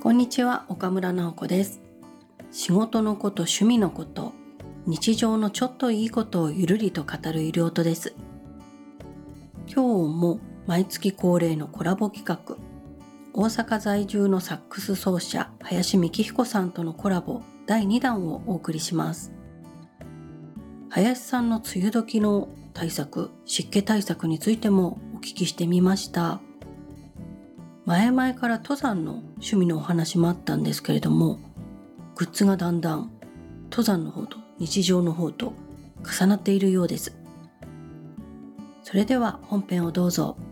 こんにちは、岡村直子です。仕事のこと、趣味のこと、日常のちょっといいことをゆるりと語るゆる音です。今日も毎月恒例のコラボ企画、大阪在住のサックス奏者林幹彦さんとのコラボ第2弾をお送りします。林さんの梅雨時の対策、湿気対策についてもお聞きしてみました。前々から登山の趣味のお話もあったんですけれども、グッズがだんだん登山の方と日常の方と重なっているようです。それでは本編をどうぞ。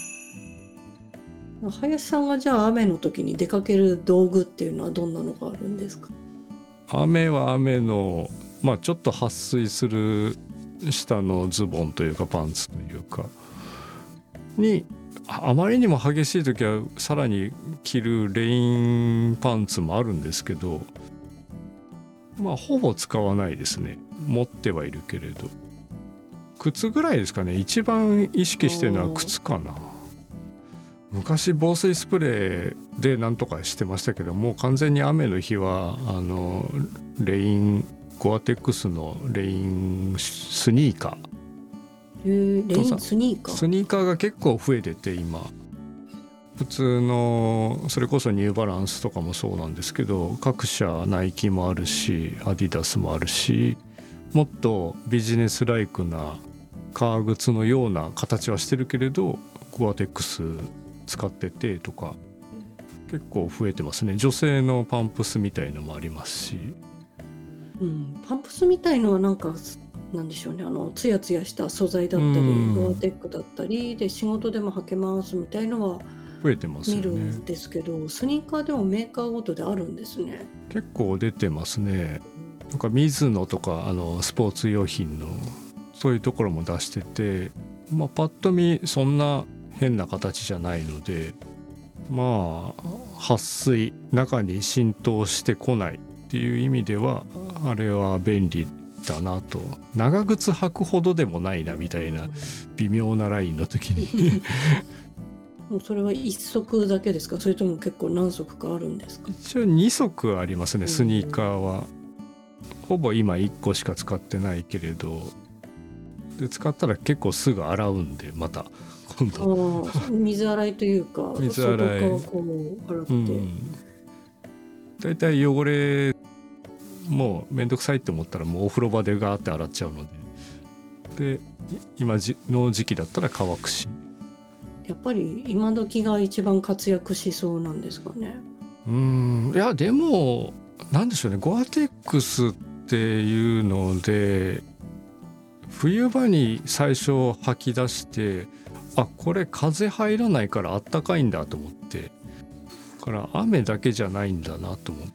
林さんがじゃあ雨の時に出かける道具っていうのはどんなのがあるんですか？ 雨は雨の、ちょっと撥水する下のズボンというかパンツというかに、あまりにも激しい時はさらに着るレインパンツもあるんですけど、ほぼ使わないですね。持ってはいるけれど。靴ぐらいですかね。一番意識してるのは靴かな。昔防水スプレーでなんとかしてましたけど、もう完全に雨の日はレインゴアテックスのレインスニーカー、 レインスニーカー？ スニーカーが結構増えてて、今普通のそれこそニューバランスとかもそうなんですけど、各社ナイキもあるしアディダスもあるし、もっとビジネスライクな革靴のような形はしてるけれどゴアテックス使っててとか結構増えてますね。女性のパンプスみたいのもありますし、 パンプスみたいのはなんでしょうね、ツヤツヤした素材だったりゴアテックだったりで仕事でも履けますみたいのは増えてますよね。 見るんですけど、スニーカーでもメーカーごとであるんですね。 結構出てますね。なんかミズノとかスポーツ用品のそういうところも出してて、パッと見そんな変な形じゃないので、撥水中に浸透してこないっていう意味ではあれは便利だなと。長靴履くほどでもないなみたいな微妙なラインの時にもうそれは一足だけですか？それとも結構何足かあるんですか？ 一応2足ありますね。スニーカーはほぼ今1個しか使ってないけれど、で使ったら結構すぐ洗うんで、また今度水洗いというか水洗い外側こう洗って、 だいたい汚れもうめんどくさいって思ったらもうお風呂場でガーって洗っちゃうので、今の時期だったら乾くし、 やっぱり今時が一番活躍しそうなんですかね。 いやでもなんでしょうね、ゴアテックスっていうので冬場に最初履き出して、これ風入らないからあったかいんだと思って、だから雨だけじゃないんだなと思って、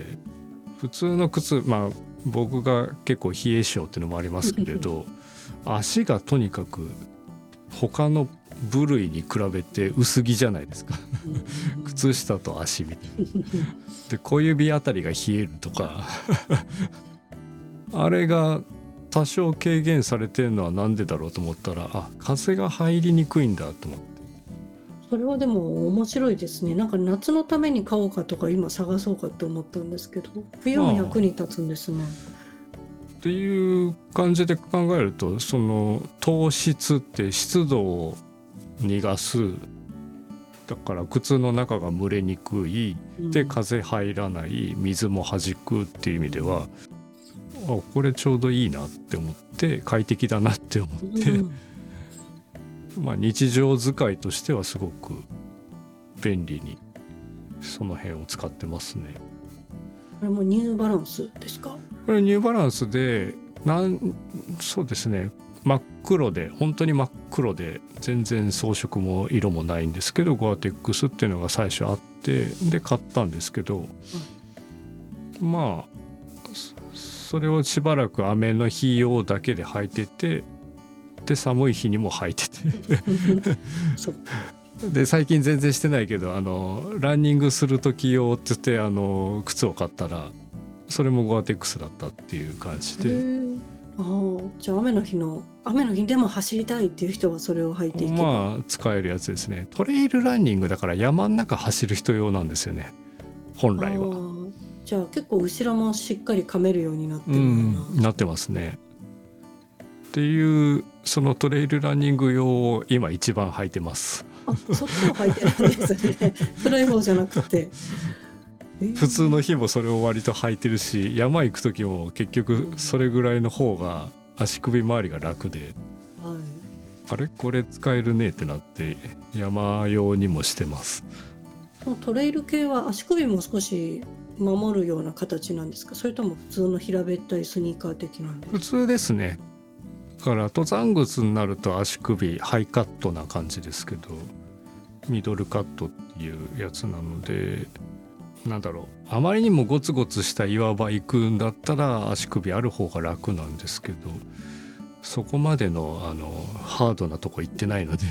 普通の靴、僕が結構冷え性っていうのもありますけれど足がとにかく他の部類に比べて薄着じゃないですか靴下と足みたいなで小指あたりが冷えるとかあれが多少軽減されてるのはなんでだろうと思ったら、風が入りにくいんだと思って。 それはでも面白いですね。なんか夏のために買おうかとか今探そうかって思ったんですけど、冬も役に立つんですね。 っていう感じで考えると、その透湿って湿度を逃がす、だから靴の中が蒸れにくいで風入らない水も弾くっていう意味では、これちょうどいいなって思って快適だなって思って、日常使いとしてはすごく便利にその辺を使ってますね。 これもニューバランスですか？ これニューバランスでそうですね、真っ黒で本当に真っ黒で全然装飾も色もないんですけど、ゴアテックスっていうのが最初あってで買ったんですけど、それをしばらく雨の日用だけで履いてて、で寒い日にも履いててで最近全然してないけどランニングする時用って言って靴を買ったらそれもゴアテックスだったっていう感じで、 じゃあ雨の日でも走りたいっていう人はそれを履いていけば、 使えるやつですね。トレイルランニングだから山の中走る人用なんですよね。 本来は。 じゃあ結構後ろもしっかり噛めるようになってるのかな。 なってますね。っていうそのトレイルランニング用を今一番履いてます。 そっちを履いてるんですね。古い方じゃなくて。 普通の日もそれを割と履いてるし、山行く時も結局それぐらいの方が足首周りが楽で、あれこれ使えるねってなって山用にもしてます。 トレイル系は足首も少し守るような形なんですか？それとも普通の平べったいスニーカー的なんですか？ 普通ですね。だから登山靴になると足首ハイカットな感じですけど、ミドルカットっていうやつなので、なんだろう、あまりにもゴツゴツした岩場行くんだったら足首ある方が楽なんですけど、そこまでのハードなとこ行ってないので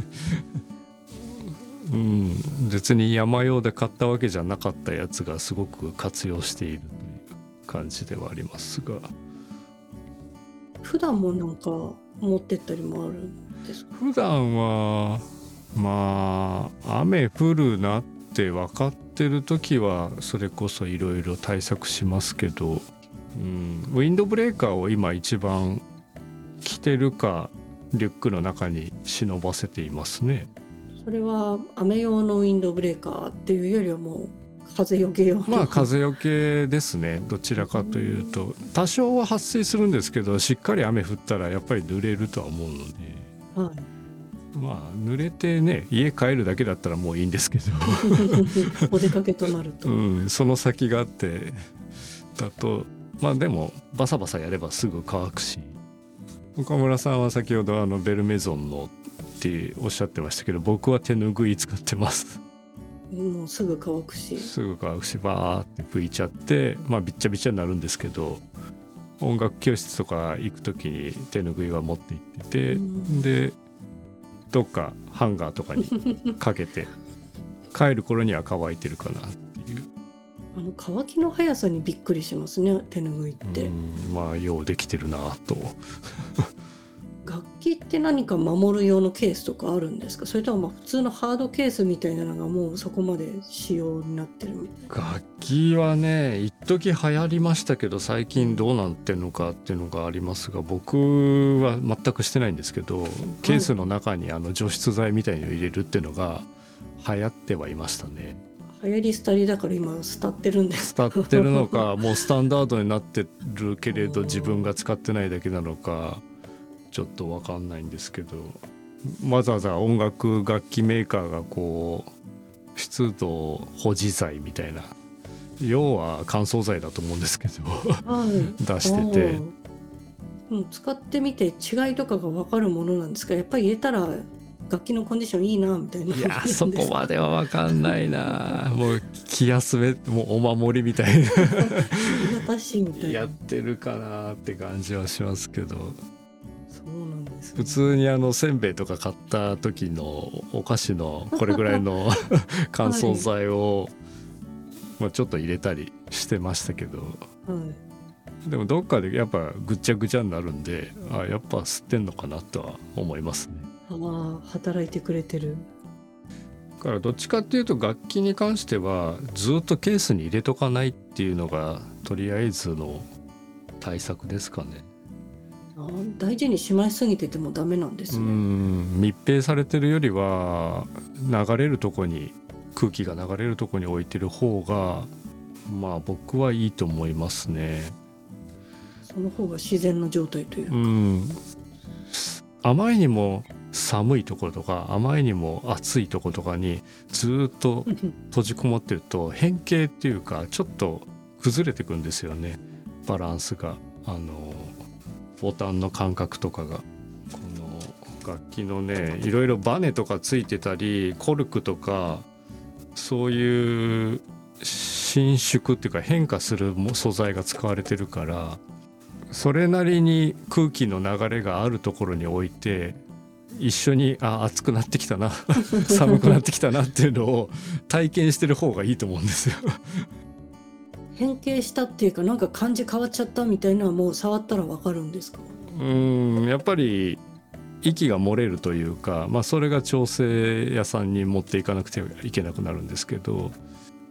別に山用で買ったわけじゃなかったやつがすごく活用しているという感じではありますが。 普段もなんか持ってったりもあるんですか？ 普段はまあ雨降るなって分かってる時はそれこそいろいろ対策しますけど、ウィンドブレーカーを今一番着てるかリュックの中に忍ばせていますね。 それは雨用のウィンドブレーカーっていうよりはもう風よけ用の。 まあ風よけですね。どちらかというと多少は発生するんですけど、しっかり雨降ったらやっぱり濡れるとは思うので、 はい、 まあ濡れてね家帰るだけだったらもういいんですけどお出かけとなると、 その先があってだと、まあでもバサバサやればすぐ乾くし。岡村さんは先ほどベルメゾンのっておっしゃってましたけど、僕は手ぬぐい使ってます。 もうすぐ乾くし、 すぐ乾くし、バーって拭いちゃって、まあびっちゃびちゃになるんですけど、音楽教室とか行く時に手ぬぐいは持って行ってて、でどっかハンガーとかにかけて帰る頃には乾いてるかなっていう。 乾きの速さにびっくりしますね、手ぬぐいって。 まあようできてるなと楽器って何か守る用のケースとかあるんですか？それとも普通のハードケースみたいなのがもうそこまで仕様になってるみたいな。 楽器はね一時流行りましたけど、最近どうなってんのかっていうのがありますが、僕は全くしてないんですけど、ケースの中に除湿剤みたいのを入れるっていうのが流行ってはいましたね。 流行り廃りだから今廃ってるんですか？廃ってるのかもうスタンダードになってるけれど自分が使ってないだけなのかちょっと分かんないんですけど、わざわざ音楽楽器メーカーがこう湿度保持剤みたいな、要は乾燥剤だと思うんですけど出してて、 使ってみて違いとかが分かるものなんですか？やっぱり入れたら楽器のコンディションいいなみたいな。 いやそこまでは分かんないなもう気休め、もうお守りみたいなやってるかなって感じはしますけど。 そうなんですね。 普通にせんべいとか買った時のお菓子のこれぐらいの乾燥剤を、まあ、ちょっと入れたりしてましたけど、でもどっかでやっぱぐっちゃぐちゃになるんで、やっぱ吸ってんのかなとは思いますね。 働いてくれてる。 だからどっちかっていうと楽器に関してはずっとケースに入れとかないっていうのがとりあえずの対策ですかね。 大事にしまいすぎててもダメなんですね。 密閉されてるよりは流れるとこに、空気が流れるとこに置いてる方がまあ僕はいいと思いますね。 その方が自然な状態というか、 あまりにも寒いところとかあまりにも暑いところとかにずっと閉じこもってると変形っていうかちょっと崩れてくんですよね、バランスが。ボタンの感覚とかが、この楽器のねいろいろバネとかついてたりコルクとかそういう伸縮っていうか変化する素材が使われてるから、それなりに空気の流れがあるところに置いて一緒に暑くなってきたな寒くなってきたなっていうのを体験してる方がいいと思うんですよ変形したっていうかなんか感じ変わっちゃったみたいなのはもう触ったら分かるんですか？ やっぱり息が漏れるというか、それが調整屋さんに持っていかなくてはいけなくなるんですけど、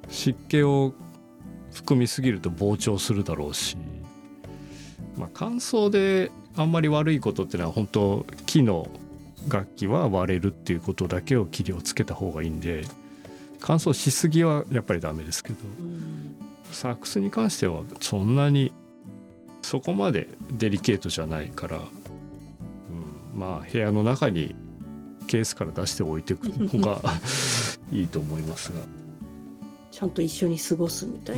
湿気を含みすぎると膨張するだろうし、乾燥であんまり悪いことっていうのは本当木の楽器は割れるっていうことだけを気をつけた方がいいんで、乾燥しすぎはやっぱりダメですけど、サックスに関してはそんなにそこまでデリケートじゃないから、部屋の中にケースから出しておいておくのがいいと思いますが、 ちゃんと一緒に過ごすみたいな、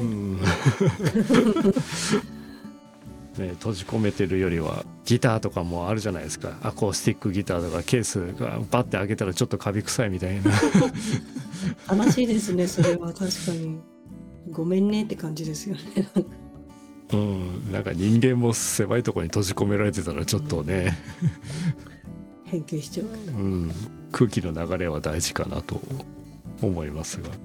閉じ込めてるよりは。ギターとかもあるじゃないですか、アコースティックギターとかケースがバッて開けたらちょっとカビ臭いみたいな悲しいですね、それは確かに。ごめんねって感じですよねなんか人間も狭いところに閉じ込められてたらちょっとね、 変形しちゃう、 空気の流れは大事かなと思いますが。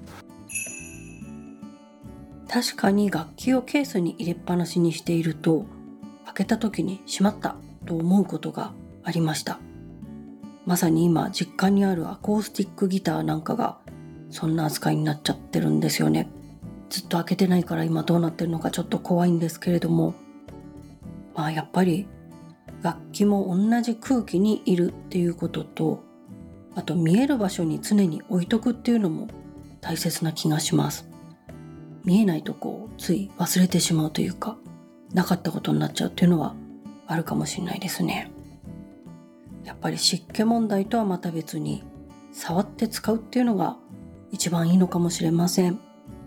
確かに楽器をケースに入れっぱなしにしていると、開けた時にしまったと思うことがありました。まさに今実家にあるアコースティックギターなんかがそんな扱いになっちゃってるんですよね。ずっと開けてないから今どうなってるのかちょっと怖いんですけれども、やっぱり楽器も同じ空気にいるっていうことと、あと見える場所に常に置いとくっていうのも大切な気がします。見えないとつい忘れてしまうというか、なかったことになっちゃうっていうのはあるかもしれないですね。やっぱり湿気問題とはまた別に触って使うっていうのが一番いいのかもしれません。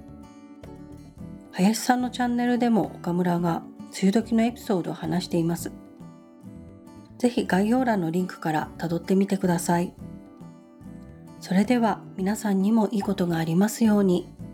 林さんのチャンネルでも岡村が梅雨時のエピソードを話しています。ぜひ概要欄のリンクから辿ってみてください。それでは皆さんにもいいことがありますように。